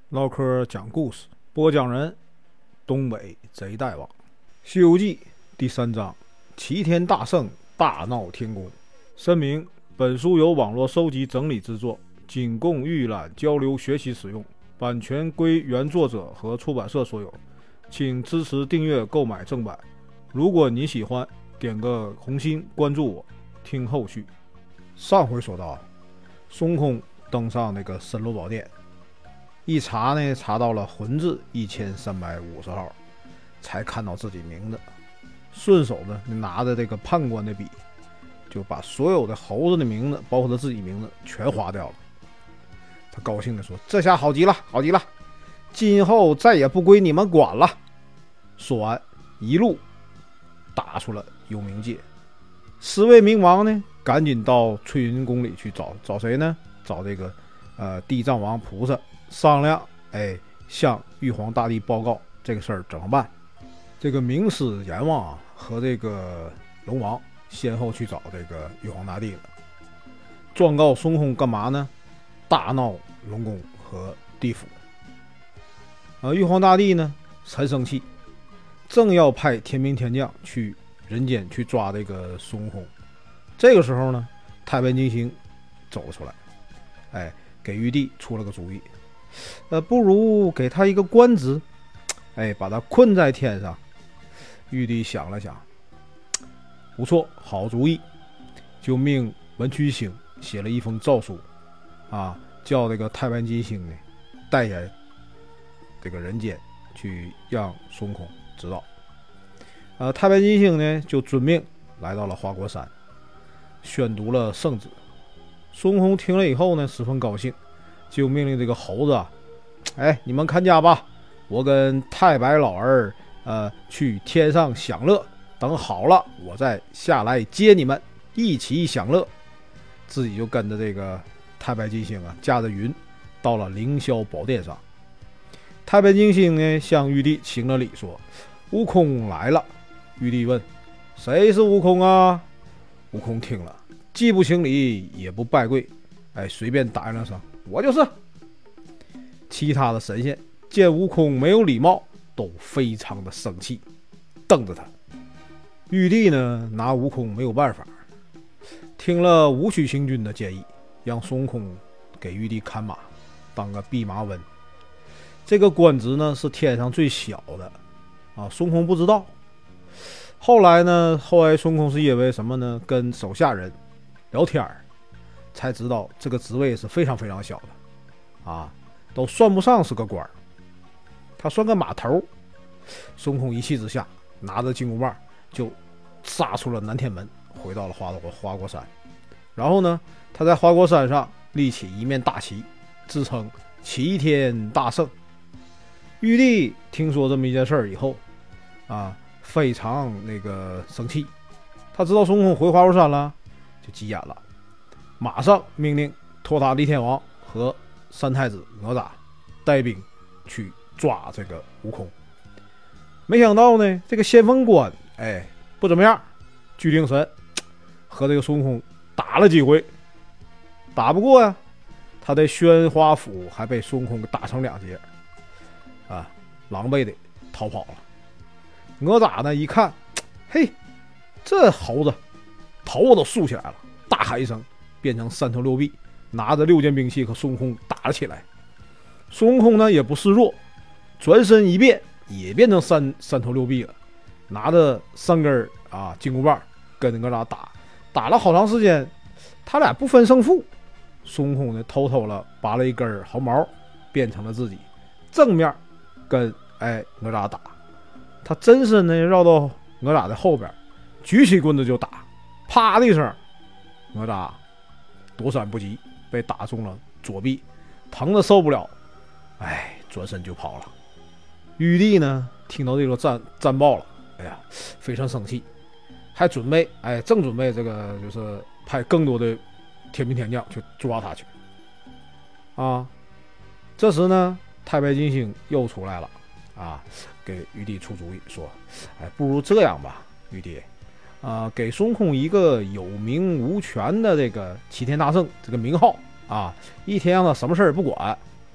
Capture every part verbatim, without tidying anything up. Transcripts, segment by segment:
唠嗑讲故事，播讲人东北贼大王。西游记第三章，齐天大圣大闹天宫。声明：本书由网络收集整理制作，仅供预览、交流、学习使用，版权归原作者和出版社所有，请支持订阅、购买正版。如果你喜欢，点个红心，关注我，听后续。上回说到，孙悟空登上那个神罗宝殿，一查呢，查到了魂字一千三百五十号，才看到自己名字。顺手呢，拿着这个判官的笔，就把所有的猴子的名字，包括他自己名字，全划掉了。他高兴地说：“这下好极了，好极了，今后再也不归你们管了。”说完，一路打出了幽冥界。十位冥王呢，赶紧到翠云宫里去找找谁呢？找这个呃地藏王菩萨商量，哎，向玉皇大帝报告这个事儿怎么办。这个冥师阎王啊和这个龙王先后去找这个玉皇大帝了，状告孙悟空干嘛呢？大闹龙宫和地府。呃，玉皇大帝呢很生气，正要派天兵天将去人间去抓这个孙悟空。这个时候呢，太白金星走了出来，哎，给玉帝出了个主意，呃，不如给他一个官职，哎，把他困在天上。玉帝想了想，不错，好主意，就命文曲星写了一封诏书，啊，叫这个太白金星呢带下这个人间去让孙悟空知道。呃，太白金星呢就遵命来到了花果山，宣读了圣旨。孙悟空听了以后呢，十分高兴，就命令这个猴子啊，哎，你们看家吧，我跟太白老儿呃去天上享乐，等好了我再下来接你们一起享乐。自己就跟着这个太白金星啊，驾着云到了凌霄宝殿上。太白金星呢向玉帝行了礼，说：“悟空来了。”玉帝问：“谁是悟空啊？”悟空听了，既不行礼也不拜跪，哎，随便答应了声：“我就是。”其他的神仙见悟空没有礼貌，都非常的生气，瞪着他。玉帝呢拿悟空没有办法，听了武曲星君的建议，让孙悟空给玉帝看马，当个弼马温。这个官职呢是天上最小的啊，孙悟空不知道。后来呢，后来孙悟空是因为什么呢？跟手下人聊天才知道这个职位是非常非常小的啊，都算不上是个官，他算个马头。孙悟空一气之下，拿着金箍棒就杀出了南天门，回到了花果花果山。然后呢，他在花果山上立起一面大旗，自称齐天大圣。玉帝听说这么一件事儿以后啊，非常那个生气，他知道孙悟空回花果山了，就急眼了，马上命令托塔李天王和三太子哪吒带兵去抓这个悟空。没想到呢，这个先锋官哎不怎么样，巨灵神和这个孙悟空打了几回，打不过呀，他在宣花府还被孙悟空打成两截，啊，狼狈的逃跑了。哪吒呢一看，嘿，这猴子头都竖起来了，大喊一声，变成三头六臂，拿着六件兵器和孙悟空打了起来。孙悟空呢也不示弱，转身一变，也变成三三头六臂了，拿着三根啊金箍棒跟哪吒打，打了好长时间，他俩不分胜负。孙悟空呢偷偷了拔了一根毫毛，变成了自己，正面跟哎哪吒打，他真身呢绕到哪吒的后边，举起棍子就打，啪的一声，哪吒躲闪不及，被打中了左臂，疼得受不了，哎，转身就跑了。玉帝呢听到这个战战报了，哎呀，非常生气，还准备哎正准备这个就是派更多的天兵天将去抓他去啊。这时呢，太白金星又出来了啊，给玉帝出主意说：“哎，不如这样吧，玉帝，啊，给孙悟空一个有名无权的这个齐天大圣这个名号啊，一天让他什么事儿不管，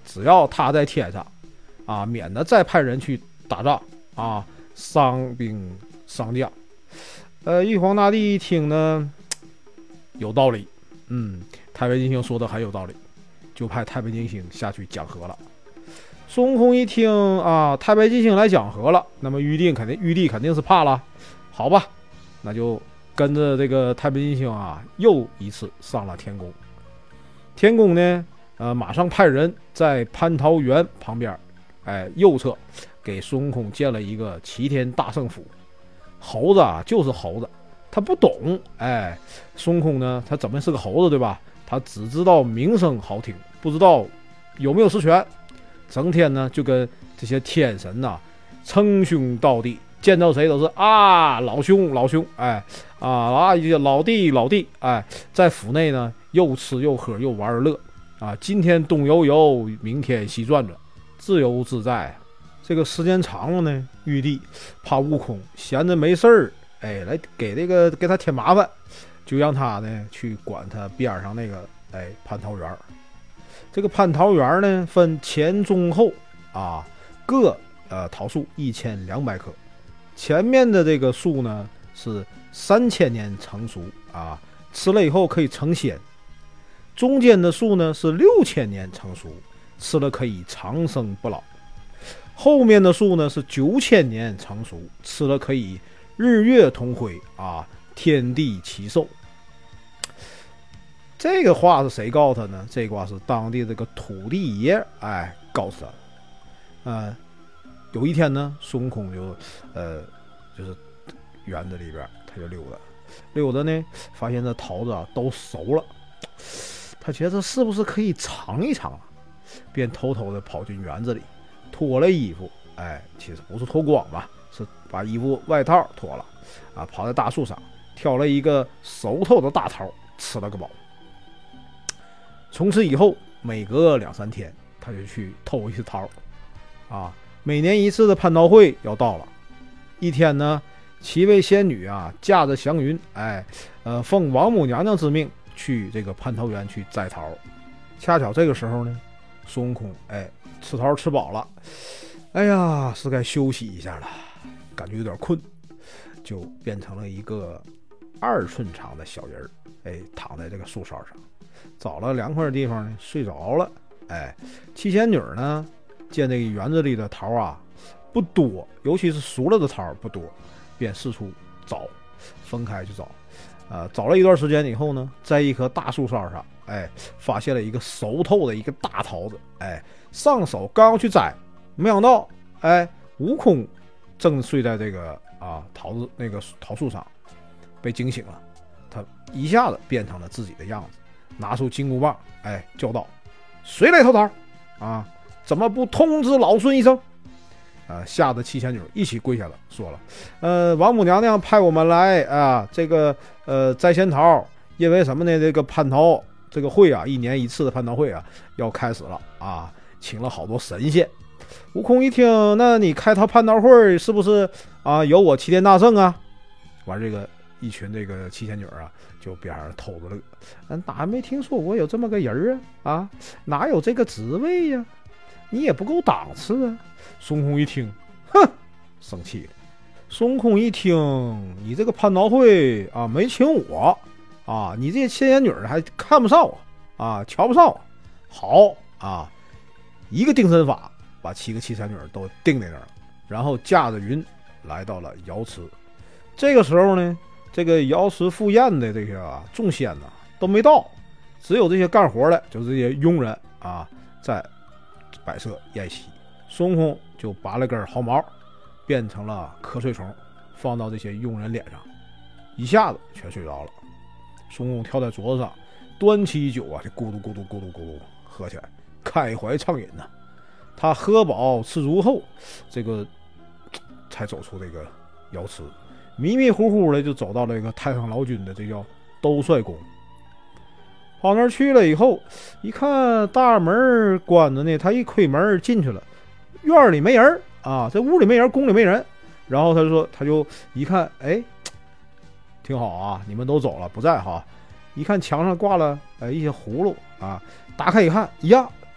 只要他在天上啊，免得再派人去打仗啊，伤兵伤将。呃，玉皇大帝一听呢，有道理，嗯，太白金星说的很有道理，就派太白金星下去讲和了。孙悟空一听啊，太白金星来讲和了，那么玉帝肯定玉帝肯定是怕了，好吧，那就跟着这个太白金星啊，又一次上了天宫。天宫呢，呃，马上派人在蟠桃园旁边，哎，右侧给孙悟空建了一个齐天大圣府。猴子啊，就是猴子，他不懂，哎，孙悟空呢，他怎么是个猴子，对吧？他只知道名声好听，不知道有没有实权，整天呢就跟这些天神呐、啊、称兄道弟，见到谁都是啊老兄老兄，哎啊啊老弟老弟，哎，在府内呢又吃又喝又玩乐啊，今天东游游，明天西转转，自由自在。这个时间长了呢，玉帝怕悟空闲着没事儿，哎，来给这个给他添麻烦，就让他呢去管他边上那个哎蟠桃园。这个蟠桃园呢分前中后啊，各呃桃树一千两百棵，前面的这个树呢是三千年成熟啊，吃了以后可以成仙；中间的树呢是六千年成熟，吃了可以长生不老。后面的树呢是九千年成熟，吃了可以日月同辉啊，天地齐寿。这个话是谁告诉他呢？这个话是当地这个土地爷哎告诉他的。呃，有一天呢，孙悟空就呃就是园子里边他就溜达，溜达呢发现这桃子啊都熟了，他觉得是不是可以尝一尝啊？便偷偷的跑进园子里。脱了衣服，哎，其实不是脱光吧，是把衣服外套脱了，啊，跑在大树上挑了一个熟透的大桃，吃了个饱。从此以后，每隔两三天，他就去偷一次桃，啊，每年一次的蟠桃会要到了。一天呢，七位仙女啊，驾着祥云，哎，呃，奉王母娘娘之命去这个蟠桃园去摘桃。恰巧这个时候呢，孙悟空哎。吃桃吃饱了，哎呀，是该休息一下了，感觉有点困，就变成了一个二寸长的小人儿，哎，躺在这个树梢上，找了凉快的地方呢，睡着了。哎，七仙女呢，见这个园子里的桃啊不多，尤其是熟了的桃不多，便四处找，分开去找。呃，找了一段时间以后呢，在一棵大树梢上，哎，发现了一个熟透的一个大桃子，哎，上手刚要去摘，没想到，哎，悟空正睡在这个啊桃子那个桃树上，被惊醒了，他一下子变成了自己的样子，拿出金箍棒，哎，叫道：“谁来偷桃？啊，怎么不通知老孙一声？”啊，吓得七仙女一起跪下了，说了：“呃，王母娘娘派我们来啊，这个呃摘仙桃，因为什么呢？这个蟠桃这个会啊，一年一次的蟠桃会啊要开始了啊，请了好多神仙。”悟空一听，那你开他蟠桃会是不是啊有我齐天大圣啊？完这个一群这个七仙女啊，就边上偷着乐，嗯，哪没听说过有这么个人啊？啊，哪有这个职位呀、啊？你也不够档次啊！孙悟空一听，哼，生气了。孙悟空一听，你这个蟠桃会啊，没请我啊，你这些七仙女还看不上我啊，瞧不上我。好啊，一个定身法把七个七仙女都定在那儿了，然后驾着云来到了瑶池。这个时候呢，这个瑶池赴宴的这些啊众仙呢都没到，只有这些干活的，就是这些佣人啊，在摆设宴席。孙悟空就拔了根毫毛，变成了瞌睡虫，放到这些佣人脸上，一下子全睡着了。孙悟空跳在桌子上，端起酒啊，就咕嘟咕嘟咕嘟咕嘟喝起来，开怀畅饮呐。他喝饱吃足后，这个才走出这个瑶池，迷迷糊糊的就走到了一个太上老君的这叫兜率宫。跑那儿去了以后，一看大门关着呢，他一推门进去了，院里没人啊，这屋里没人，宫里没人。然后他就说，他就一看，哎，挺好啊，你们都走了，不在哈。一看墙上挂了哎一些葫芦啊，打开一看，呀，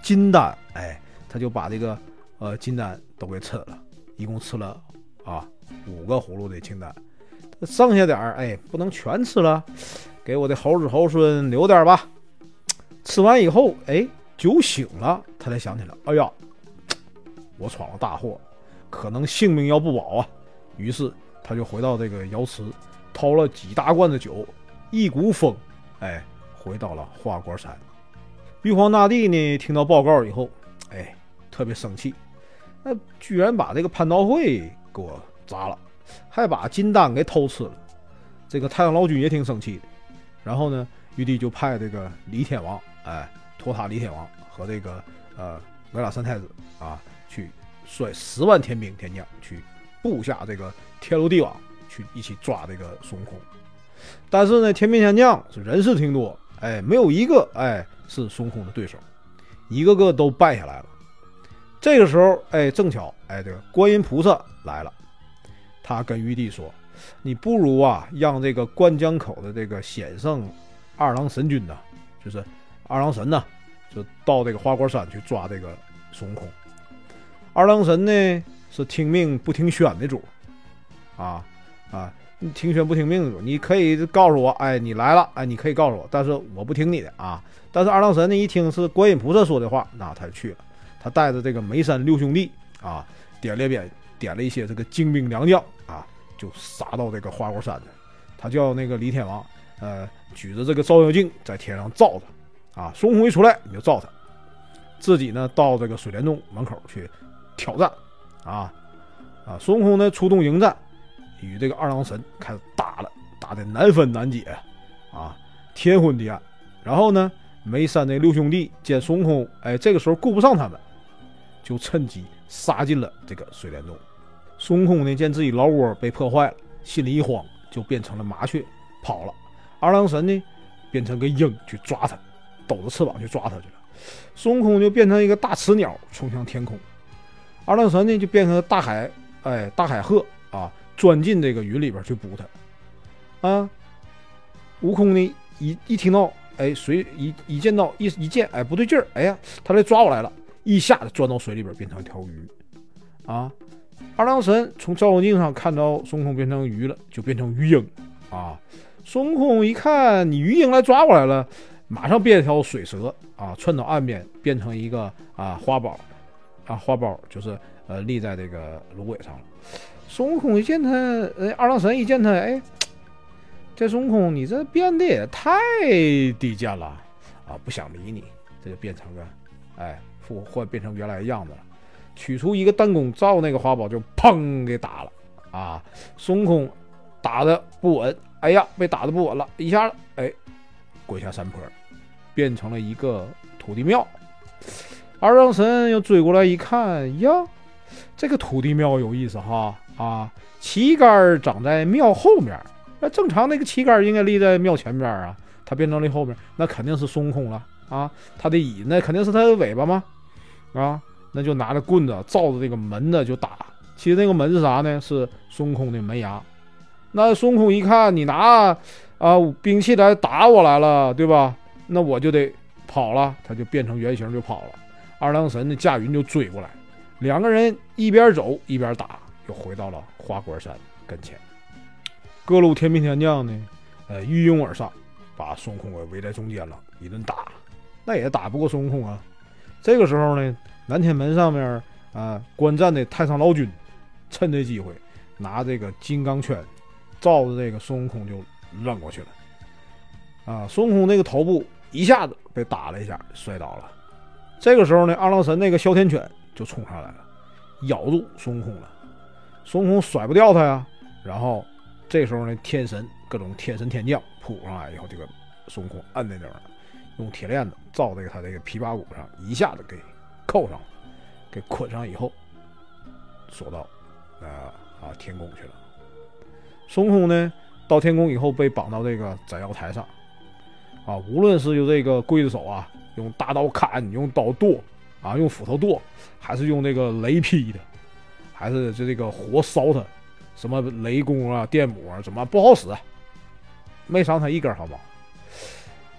金丹，哎，他就把这个呃金丹都给吃了，一共吃了啊五个葫芦的金丹，剩下点儿哎不能全吃了，给我的猴子猴孙留点吧。吃完以后，哎，酒醒了，他才想起来，哎呀，我闯了大祸，可能性命要不保啊。于是他就回到这个瑶池，掏了几大罐的酒，一股风，哎，回到了花果山。玉皇大帝呢，听到报告以后，哎，特别生气，那居然把这个蟠桃会给我砸了，还把金丹给偷吃了。这个太上老君也挺生气的，然后呢，玉帝就派这个李天王，哎，托塔李天王和这个呃维拉三太子啊，去率十万天兵天将去布下这个天罗地网，去一起抓这个孙悟空。但是呢，天兵天将是人事挺多，哎，没有一个哎是孙悟空的对手，一个个都败下来了。这个时候，哎，正巧哎这个观音菩萨来了，他跟玉帝说：“你不如啊，让这个灌江口的这个显圣二郎神君呢，就是二郎神呢，就到这个花果山去抓这个孙悟空。二郎神呢是听命不听宣的主，啊啊，你听宣不听命的主，你可以告诉我，哎，你来了，哎，你可以告诉我，但是我不听你的啊。但是二郎神呢一听是观音菩萨说的话，那他就去了，他带着这个梅山六兄弟啊，点了点点了一些这个精兵良将啊。”就杀到这个花果山的，他叫那个李天王，呃，举着这个照妖镜在天上照他，啊，孙悟空一出来你就照他，自己呢到这个水帘洞门口去挑战，啊啊，孙悟空呢出动迎战，与这个二郎神开始打了，打得难分难解，啊，天昏地暗。然后呢，梅山那六兄弟见孙悟空，哎，这个时候顾不上他们，就趁机杀进了这个水帘洞。孙悟空呢，见自己老窝被破坏了，心里一慌，就变成了麻雀跑了。二郎神呢，变成个鹰去抓他，抖着翅膀去抓他去了。孙悟空就变成一个大雌鸟冲向天空，二郎神呢就变成大海，哎，大海鹤啊，钻进这个云里边去捕他。啊，悟空呢一一听到，哎，水一一见到一一见，哎，不对劲儿，哎呀，他来抓我来了，一下子钻到水里边变成一条鱼，啊。二郎神从照妖镜上看到孙悟空变成鱼了，就变成鱼鹰啊。孙悟空一看你鱼鹰来抓过来了，马上变一条水蛇啊，窜到岸边变成一个啊花宝啊花宝，就是呃立在这个芦苇上了。孙悟空一见他，呃二郎神一见他，哎，这孙悟空你这变得也太低贱了啊，不想理你，这就变成个哎复活变成原来的样子了。取出一个弹弓，照那个花宝就砰给打了啊！孙悟空打的不稳，哎呀，被打的不稳了，一下哎滚下山坡，变成了一个土地庙。二郎神又追过来一看，呀，这个土地庙有意思哈啊！旗杆长在庙后面，那正常那个旗杆应该立在庙前边啊，它变成了后面，那肯定是孙悟空了啊！他的尾那肯定是他的尾巴吗？啊！那就拿着棍子照着这个门的就打，其实那个门是啥呢？是孙悟空的门牙。那孙悟空一看你拿啊兵器来打我来了，对吧？那我就得跑了，他就变成原形就跑了。二郎神的驾云就追过来，两个人一边走一边打，又回到了花果山跟前。各路天兵天将呢，呃，一拥而上，把孙悟空给围在中间了，一顿打，那也打不过孙悟空啊。这个时候呢，南天门上面啊、呃、观战的太上老君趁这机会拿这个金刚圈照着这个孙悟空就扔过去了啊！孙悟空那个头部一下子被打了一下，摔倒了。这个时候呢，二郎神那个哮天犬就冲上来了，咬住孙悟空了。孙悟空甩不掉他呀，然后这时候呢，天神各种天神天将扑上来以后，这个孙悟空摁在那儿了，用铁链子照这个他这个琵琶骨上，一下子给扣上了，给捆上以后，锁到啊啊天宫去了。孙悟空呢，到天宫以后被绑到这个斩妖台上，啊，无论是用这个刽子手啊，用大刀砍，用刀剁，啊，用斧头剁，还是用这个雷劈的，还是这个火烧他，什么雷公啊、电母啊，怎么不好使，没伤他一根毫毛。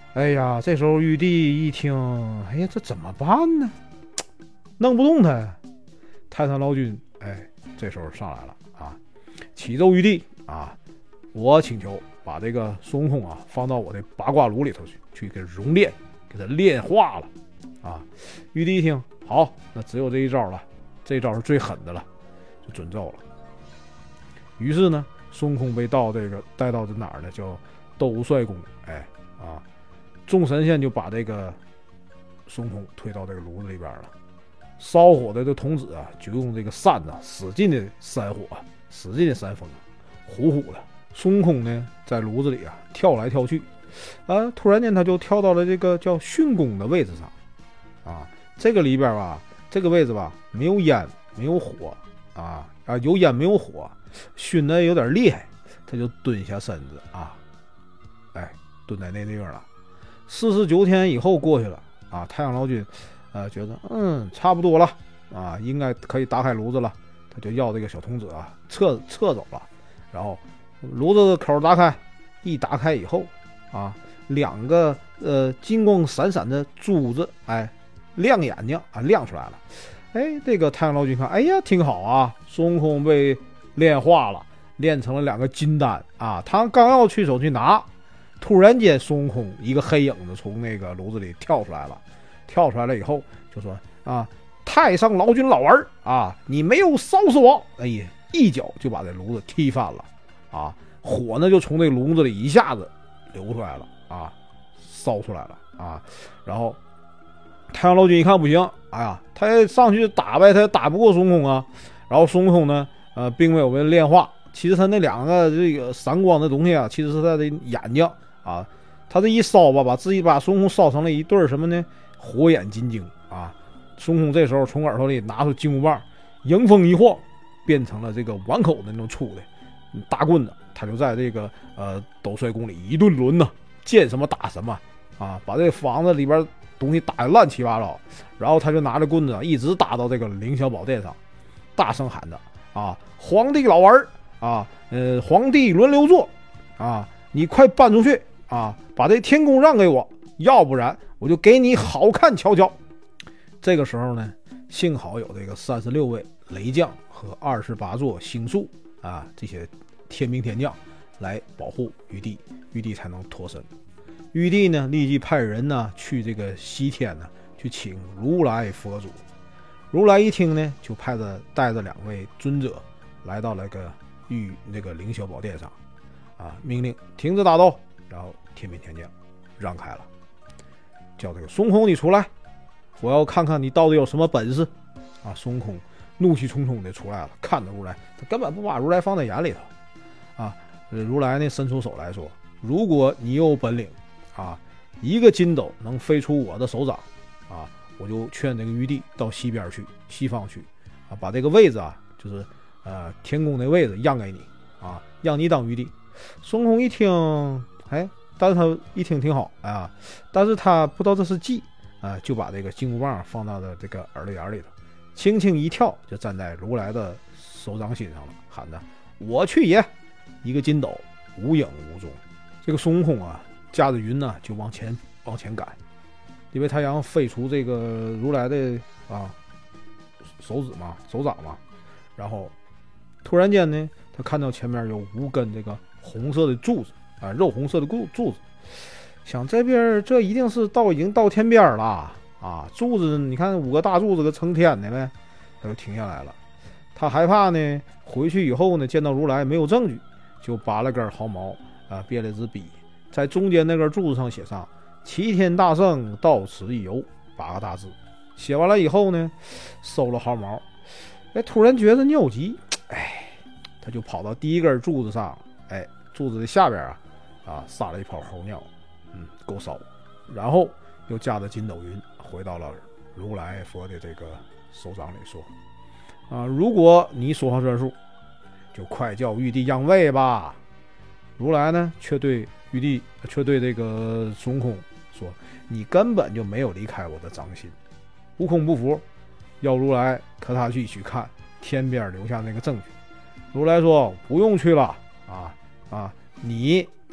哎呀，这时候玉帝一听，哎呀，这怎么办呢？弄不动他呀。太上老君，哎，这时候上来了啊，启奏玉帝啊，我请求把这个孙悟空啊放到我的八卦炉里头去，去给熔炼，给他炼化了啊。玉帝一听，好，那只有这一招了，这一招是最狠的了，就遵奏了。于是呢，孙悟空被到这个带到这哪儿呢？叫兜率宫，哎啊。众神仙就把这个孙悟空推到这个炉子里边了，烧火的这童子啊，就用这个扇子使劲的扇火，使劲的扇风，呼呼的。孙悟空呢，在炉子里啊跳来跳去，啊，突然间他就跳到了这个叫巽宫的位置上，啊，这个里边吧，这个位置吧，没有烟，没有火，啊啊，有烟没有火，熏的有点厉害，他就蹲下身子啊，哎，蹲在那地方了。四十九天以后过去了啊，太上老君，呃，觉得嗯差不多了啊，应该可以打开炉子了，他就要这个小童子啊撤撤走了，然后炉子的口打开，一打开以后啊，两个呃金光闪闪的珠子，哎，亮眼睛啊亮出来了，哎，这个太上老君看，哎呀挺好啊，孙悟空被炼化了，炼成了两个金丹啊，他刚要去手去拿。突然间，孙悟空一个黑影子从那个炉子里跳出来了，跳出来了以后就说：“啊，太上老君老儿啊，你没有烧死我！”哎呀，一脚就把这炉子踢翻了，啊，火呢就从这炉子里一下子流出来了，啊，烧出来了啊。然后太上老君一看不行，哎呀，他上去打呗，他也打不过孙悟空啊。然后孙悟空呢，呃，并没有被炼化，其实他那两个这个闪光的东西啊，其实是他的眼睛。啊，他这一烧吧，把自己把孙悟空烧成了一对什么呢？火眼金睛啊！孙悟空这时候从耳朵里拿出金箍棒，迎风一晃，变成了这个碗口的那种粗的大棍子，他就在这个呃兜率宫里一顿抡呢，见什么打什么啊，把这个房子里边东西打得乱七八糟，然后他就拿着棍子一直打到这个凌霄宝殿上，大声喊着啊，皇帝老儿啊，呃，皇帝轮流坐啊，你快搬出去！啊，把这天宫让给我，要不然我就给你好看瞧瞧。这个时候呢，幸好有这个三十六位雷将和二十八座星宿啊，这些天兵天将来保护玉帝，玉帝才能脱身。玉帝呢，立即派人呢去这个西天呢去请如来佛祖。如来一听呢，就派着带着两位尊者来到那个玉那个凌霄宝殿上，啊，命令停止打斗。然后天兵天将让开了，叫这个孙悟空你出来，我要看看你到底有什么本事啊！孙悟空怒气冲冲的出来了，看着如来，他根本不把如来放在眼里头啊！如来呢伸出手来说，如果你有本领啊，一个筋斗能飞出我的手掌啊，我就劝这个玉帝到西边去，西方去啊，把这个位置啊，就是呃天宫的位置让给你啊，让你当玉帝。孙悟空一听。哎，但是他一听挺好啊，但是他不知道这是计啊，就把这个金箍棒放到了这个耳朵眼里头，轻轻一跳，就站在如来的手掌心上了，喊着：“我去也！”一个筋斗无影无踪。这个孙悟空啊，驾着云呢就往前往前赶，因为他想飞出这个如来的啊手指嘛、手掌嘛，然后突然间呢，他看到前面有五根这个红色的柱子。啊，肉红色的柱柱子，想这边这一定是到已经到天边了啊！柱子，你看五个大柱子个成天的呗，他就停下来了。他害怕呢，回去以后呢，见到如来没有证据，就拔了根毫毛啊，别了支笔，在中间那根柱子上写上“齐天大圣到此一游”八个大字。写完了以后呢，收了毫毛，哎，突然觉得尿急，哎，他就跑到第一根柱子上，哎，柱子的下边啊。啊，撒了一泡猴尿，嗯，够烧。然后又驾着筋斗云回到了如来佛的这个手掌里说：“啊，如果你说话算数，就快叫玉帝让位吧。”如来呢，却对玉帝，却对这个孙悟空说：“你根本就没有离开我的掌心。”悟空不服，要如来可他去去看天边留下那个证据。如来说：“不用去了，啊啊，你。”啊，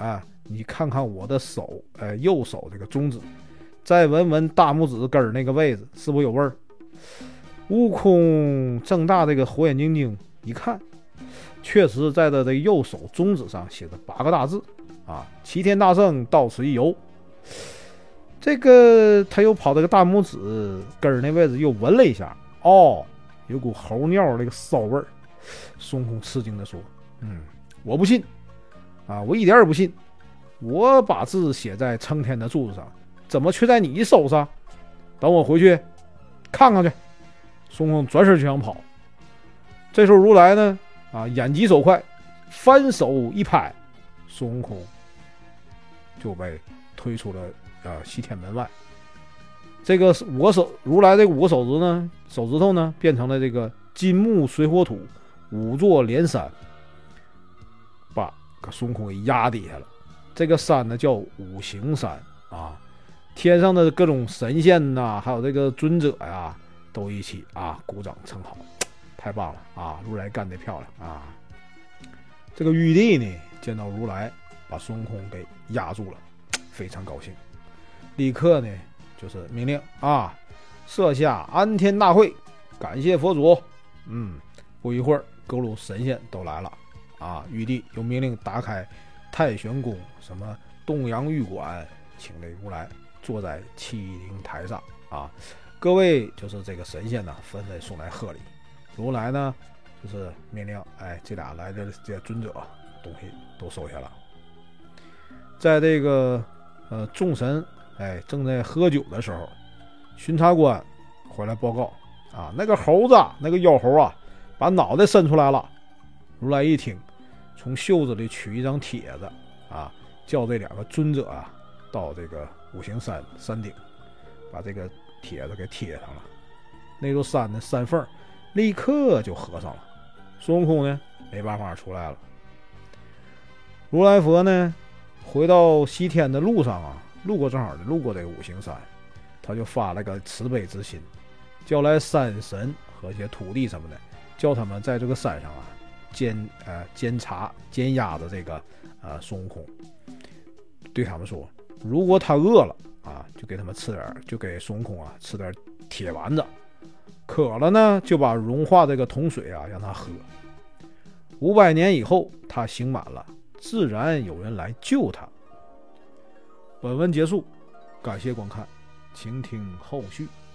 你看看我的手，哎，右手这个中指，再闻闻大拇指根儿那个位置，是不是有味儿？悟空睁大这个火眼金睛一看，确实在他的右手中指上写着八个大字啊：齐天大圣到此一游。这个他又跑这个大拇指根儿那位置又闻了一下，哦，有股猴尿那个骚味儿。孙悟空吃惊地说：嗯，我不信啊，我一点也不信。我把字写在撑天的柱子上，怎么却在你手上？等我回去看看去。孙悟空转身就想跑，这时候如来呢，啊，眼疾手快，翻手一拍，孙悟空就被推出了啊西天门外。这个五个手，如来这五个手指呢，手指头呢变成了这个金木水火土五座连山，把孙悟空给压底下了。这个山呢叫五行山啊，天上的各种神仙呐、啊，还有这个尊者呀、啊，都一起啊鼓掌称好，太棒了啊！如来干得漂亮啊！这个玉帝呢见到如来把孙悟空给压住了，非常高兴，立刻呢就是命令啊，设下安天大会，感谢佛祖。嗯，不一会儿各路神仙都来了啊！玉帝又命令打开太玄宫，什么东洋玉馆，请这如来坐在麒麟台上啊！各位就是这个神仙呢，纷纷送来贺礼。如来呢，就是命令，哎，这俩来的这些尊者东西都收下了。在这个呃众神哎正在喝酒的时候，巡查官回来报告啊，那个猴子，那个妖猴啊，把脑袋伸出来了。如来一听，从袖子里取一张帖子啊，叫这两个尊者啊到这个五行山山顶，把这个帖子给贴上了。那座山的山缝立刻就合上了。孙悟空呢没办法出来了。如来佛呢回到西天的路上啊，路过正好路过这个五行山，他就发了个慈悲之心，叫来山神和一些土地什么的，叫他们在这个山上啊监呃监察监压着这个呃孙悟空，对他们说，如果他饿了啊，就给他们吃点，就给孙悟空啊吃点铁丸子，渴了呢就把融化这个铜水啊让他喝。五百年以后他醒满了，自然有人来救他。本文结束，感谢观看，请听后续。